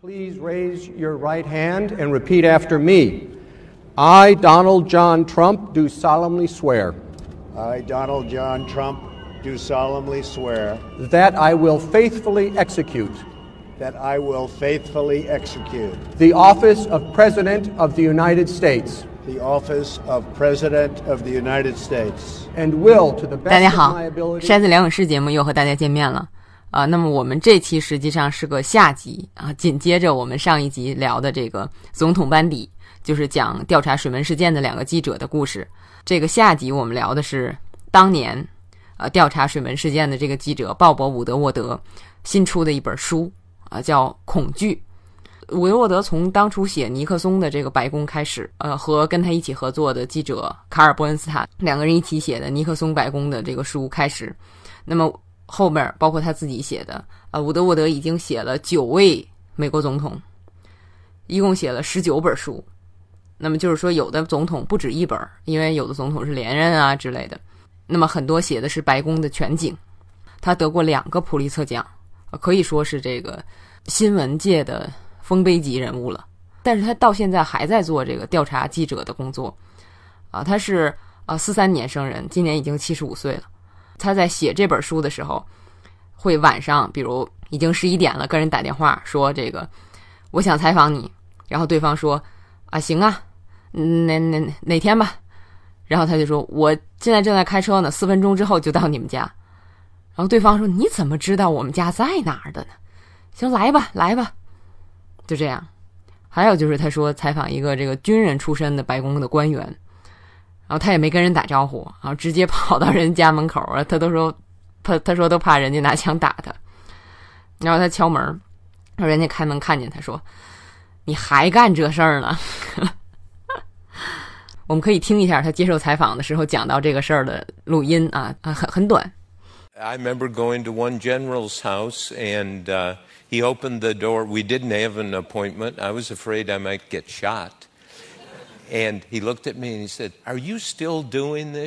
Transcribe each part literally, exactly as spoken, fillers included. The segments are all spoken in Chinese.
Please raise your right hand and repeat after me. I, Donald John Trump, do solemnly swear. I, Donald John Trump, do solemnly swear. That I will faithfully execute. That I will faithfully execute. The office of President of the United States. The office of President of the United States. And will, to the 大 best 家 of 好 my ability. 筛子梁永士节目又和大家见面了啊，那么我们这期实际上是个下集啊，紧接着我们上一集聊的这个总统班底，就是讲调查水门事件的两个记者的故事。这个下集我们聊的是当年呃调查水门事件的这个记者鲍勃·伍德沃德新出的一本书啊，叫《恐惧》。伍德沃德从当初写尼克松的这个白宫开始，呃，和跟他一起合作的记者卡尔·伯恩斯坦两个人一起写的尼克松白宫的这个书开始，那么后面包括他自己写的，呃，伍德沃德已经写了九位美国总统，一共写了十九本书。那么就是说，有的总统不止一本，因为有的总统是连任啊之类的。那么很多写的是白宫的全景。他得过两个普利策奖，可以说是这个新闻界的丰碑级人物了。但是他到现在还在做这个调查记者的工作，啊，他是啊四三年生人，今年已经七十五岁了。他在写这本书的时候，会晚上，比如已经十一点了，跟人打电话说这个，我想采访你，然后对方说啊行啊，哪哪哪天吧，然后他就说我现在正在开车呢，四分钟之后就到你们家。然后对方说你怎么知道我们家在哪儿的呢？行，来吧来吧，就这样。还有就是他说采访一个这个军人出身的白宫的官员，然后他也没跟人打招呼，然后直接跑到人家门口啊，他都说他他说都怕人家拿枪打他。然后他敲门，然后人家开门看见他说你还干这事儿呢。我们可以听一下他接受采访的时候讲到这个事儿的录音啊，很很短。 I remember going to one general's house, and uh, he opened the door. We didn't have an appointment. I was afraid I might get shot. And he looked at me and he said, "Are you still doing this?"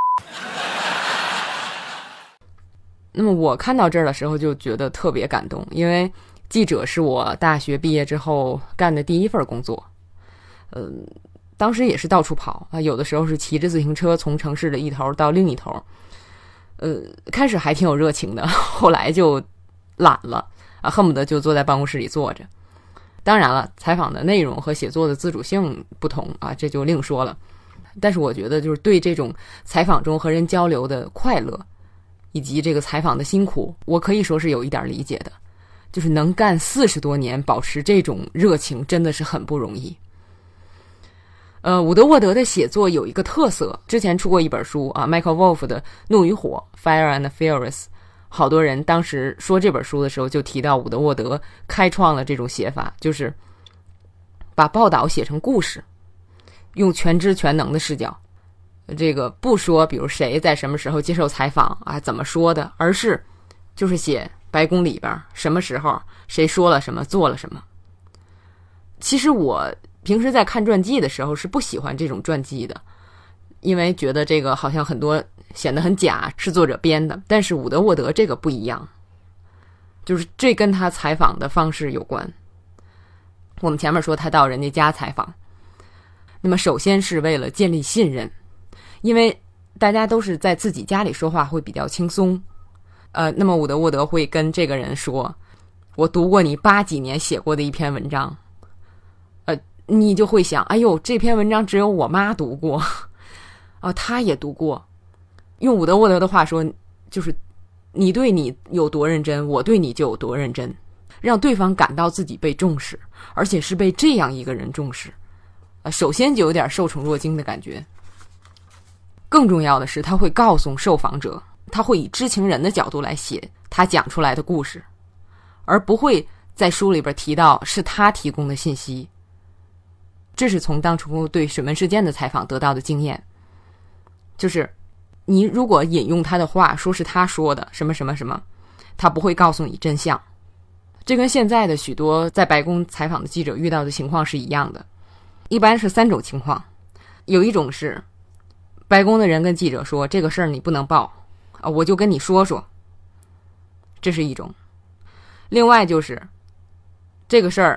那么我看到这儿的时候就觉得特别感动，因为记者是我大学毕业之后干的第一份工作。嗯，当时也是到处跑啊，有的时候是骑着自行车从城市的一头到另一头。呃，开始还挺有热情的，后来就懒了啊，恨不得就坐在办公室里坐着。当然了，采访的内容和写作的自主性不同啊，这就另说了。但是我觉得就是对这种采访中和人交流的快乐，以及这个采访的辛苦，我可以说是有一点理解的。就是能干四十多年，保持这种热情，真的是很不容易。呃，伍德沃德的写作有一个特色，之前出过一本书啊 ，Michael Wolff 的《怒与火》（Fire and Furies）。好多人当时说这本书的时候，就提到伍德沃德开创了这种写法，就是把报道写成故事，用全知全能的视角。这个不说，比如谁在什么时候接受采访啊，怎么说的，而是就是写白宫里边什么时候谁说了什么，做了什么。其实我平时在看传记的时候是不喜欢这种传记的，因为觉得这个好像很多显得很假，是作者编的。但是伍德沃德这个不一样，就是这跟他采访的方式有关。我们前面说他到人家家采访，那么首先是为了建立信任，因为大家都是在自己家里说话会比较轻松。呃，那么伍德沃德会跟这个人说，我读过你八几年写过的一篇文章，呃，你就会想，哎呦，这篇文章只有我妈读过，啊，她也读过。用伍德沃德的话说，就是你对你有多认真，我对你就有多认真，让对方感到自己被重视，而且是被这样一个人重视。呃，首先就有点受宠若惊的感觉。更重要的是，他会告诉受访者，他会以知情人的角度来写他讲出来的故事，而不会在书里边提到是他提供的信息。这是从当初对水门事件的采访得到的经验，就是你如果引用他的话，说是他说的什么什么什么，他不会告诉你真相。这跟现在的许多在白宫采访的记者遇到的情况是一样的。一般是三种情况，有一种是白宫的人跟记者说，这个事儿你不能报啊，我就跟你说说，这是一种。另外就是这个事儿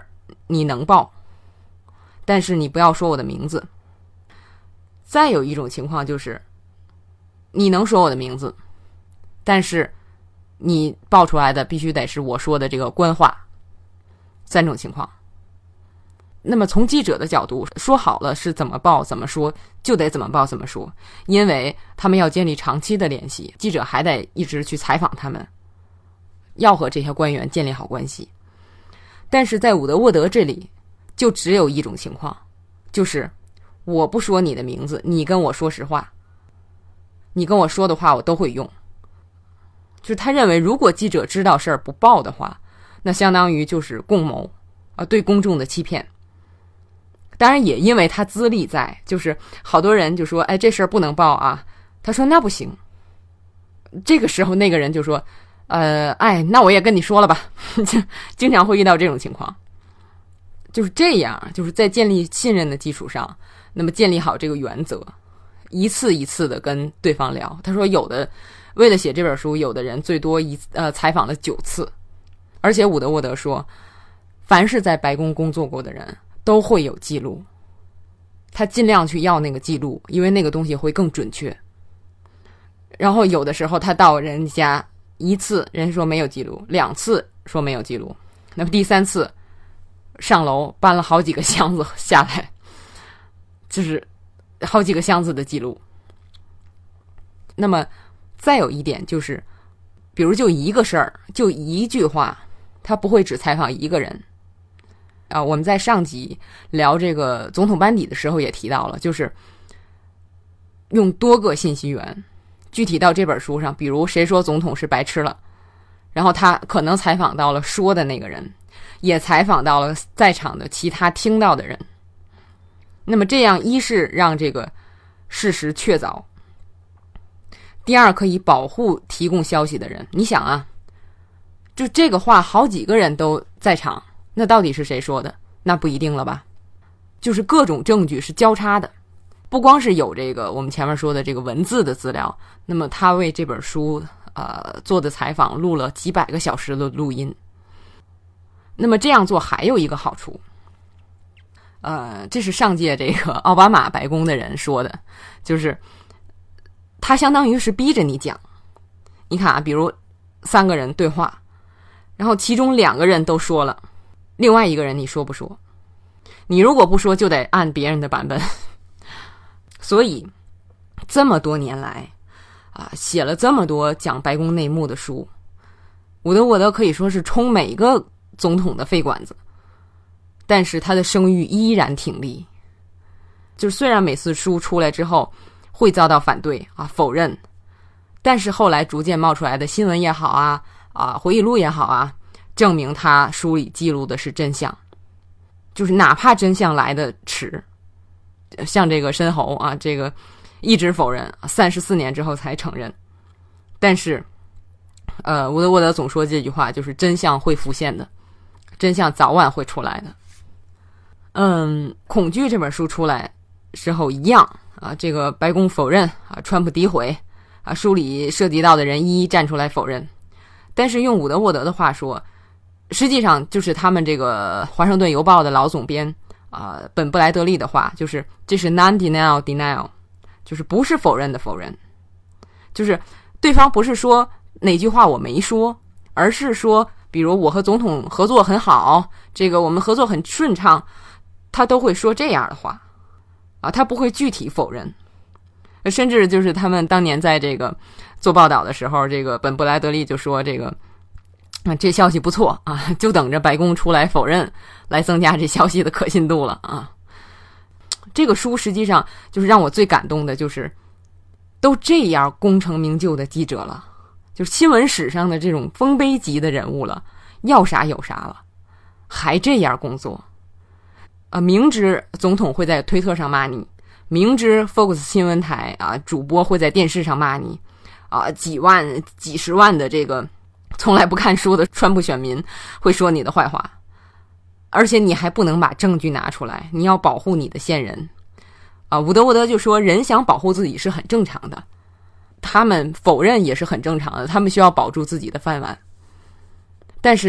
你能报，但是你不要说我的名字。再有一种情况就是你能说我的名字，但是你报出来的必须得是我说的这个官话。三种情况。那么从记者的角度说好了是怎么报怎么说，就得怎么报怎么说，因为他们要建立长期的联系，记者还得一直去采访他们，要和这些官员建立好关系。但是在伍德沃德这里就只有一种情况，就是我不说你的名字，你跟我说实话，你跟我说的话我都会用。就是他认为如果记者知道事儿不报的话，那相当于就是共谋啊，对公众的欺骗。当然也因为他资历在，就是好多人就说哎这事儿不能报啊，他说那不行。这个时候那个人就说呃哎那我也跟你说了吧经常会遇到这种情况。就是这样，就是在建立信任的基础上，那么建立好这个原则，一次一次的跟对方聊。他说有的为了写这本书，有的人最多一呃采访了九次。而且伍德沃德说，凡是在白宫工作过的人都会有记录，他尽量去要那个记录，因为那个东西会更准确。然后有的时候他到人家一次人说没有记录，两次说没有记录，那么第三次上楼搬了好几个箱子下来，就是好几个箱子的记录。那么再有一点就是，比如就一个事儿，就一句话，他不会只采访一个人啊。我们在上集聊这个总统班底的时候也提到了，就是用多个信息源。具体到这本书上，比如谁说总统是白痴了，然后他可能采访到了说的那个人，也采访到了在场的其他听到的人。那么这样一是让这个事实确凿，第二可以保护提供消息的人。你想啊，就这个话好几个人都在场，那到底是谁说的？那不一定了吧。就是各种证据是交叉的，不光是有这个我们前面说的这个文字的资料，那么他为这本书呃做的采访录了几百个小时的录音。那么这样做还有一个好处，呃，这是上届这个奥巴马白宫的人说的，就是他相当于是逼着你讲。你看啊，比如三个人对话，然后其中两个人都说了，另外一个人你说不说？你如果不说，就得按别人的版本。所以这么多年来啊，写了这么多讲白宫内幕的书，伍德沃德可以说是冲每个总统的肺管子，但是他的声誉依然挺立。就是虽然每次书出来之后会遭到反对啊否认，但是后来逐渐冒出来的新闻也好啊啊回忆录也好啊，证明他书里记录的是真相。就是哪怕真相来的迟，像这个申侯啊，这个一直否认，三十四年之后才承认。但是，呃，伍德沃德总说这句话，就是真相会浮现的，真相早晚会出来的。嗯，恐惧这本书出来时候一样啊，这个白宫否认啊，川普诋毁啊，书里涉及到的人一一站出来否认。但是用伍德沃德的话说，实际上就是他们这个华盛顿邮报的老总编啊、呃，本布莱德利的话，就是这是 non-denial denial， 就是不是否认的否认，就是对方不是说哪句话我没说，而是说比如我和总统合作很好，这个我们合作很顺畅，他都会说这样的话啊，他不会具体否认。甚至就是他们当年在这个做报道的时候，这个本布莱德利就说这个啊，这消息不错啊，就等着白宫出来否认，来增加这消息的可信度了啊。这个书实际上就是让我最感动的，就是都这样功成名就的记者了，就是新闻史上的这种丰碑级的人物了，要啥有啥了，还这样工作。啊，明知总统会在推特上骂你，明知 Fox 新闻台啊主播会在电视上骂你，啊几万几十万的这个从来不看书的川普选民会说你的坏话，而且你还不能把证据拿出来，你要保护你的线人啊。伍德沃德就说人想保护自己是很正常的，他们否认也是很正常的，他们需要保住自己的饭碗。但是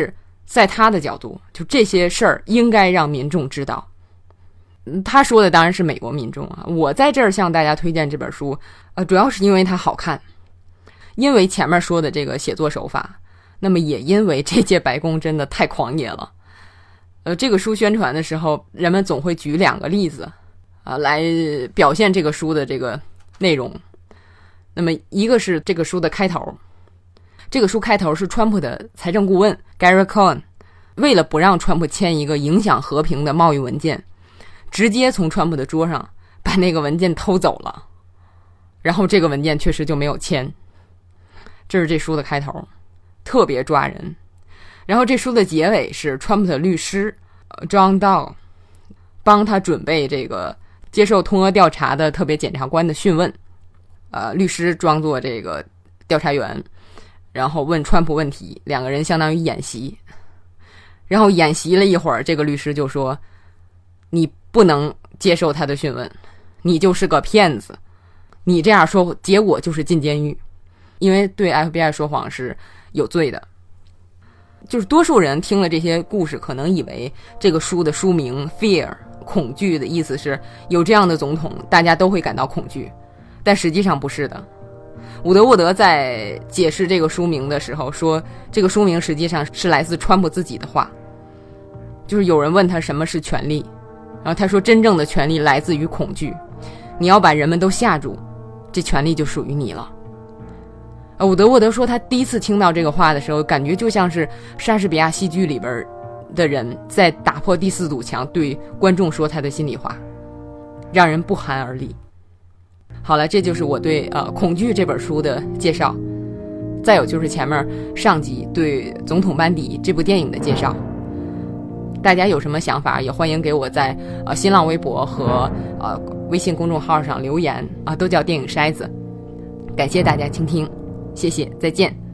在他的角度，就这些事儿应该让民众知道。他说的当然是美国民众啊，我在这儿向大家推荐这本书，呃，主要是因为它好看，因为前面说的这个写作手法，那么也因为这届白宫真的太狂野了。呃，这个书宣传的时候，人们总会举两个例子啊、呃、来表现这个书的这个内容。那么一个是这个书的开头，这个书开头是川普的财政顾问 Gary Cohn 为了不让川普签一个影响和平的贸易文件，直接从川普的桌上把那个文件偷走了，然后这个文件确实就没有签。这是这书的开头，特别抓人。然后这书的结尾是川普的律师 John Doe 帮他准备这个接受通俄调查的特别检察官的讯问，呃，律师装作这个调查员，然后问川普问题，两个人相当于演习。然后演习了一会儿，这个律师就说，你不能接受他的讯问，你就是个骗子，你这样说结果就是进监狱，因为对 F B I 说谎是有罪的。就是多数人听了这些故事，可能以为这个书的书名 Fear 恐惧的意思是有这样的总统，大家都会感到恐惧，但实际上不是的。伍德沃德在解释这个书名的时候说，这个书名实际上是来自川普自己的话，就是有人问他什么是权力，然后他说真正的权力来自于恐惧，你要把人们都吓住，这权力就属于你了。伍德沃德说他第一次听到这个话的时候，感觉就像是莎士比亚戏剧里边的人在打破第四堵墙，对观众说他的心里话，让人不寒而栗。好了，这就是我对呃《恐惧》这本书的介绍。再有就是前面上集对《总统班底》这部电影的介绍。大家有什么想法，也欢迎给我在呃新浪微博和呃微信公众号上留言啊、呃，都叫电影筛子。感谢大家倾听，谢谢，再见。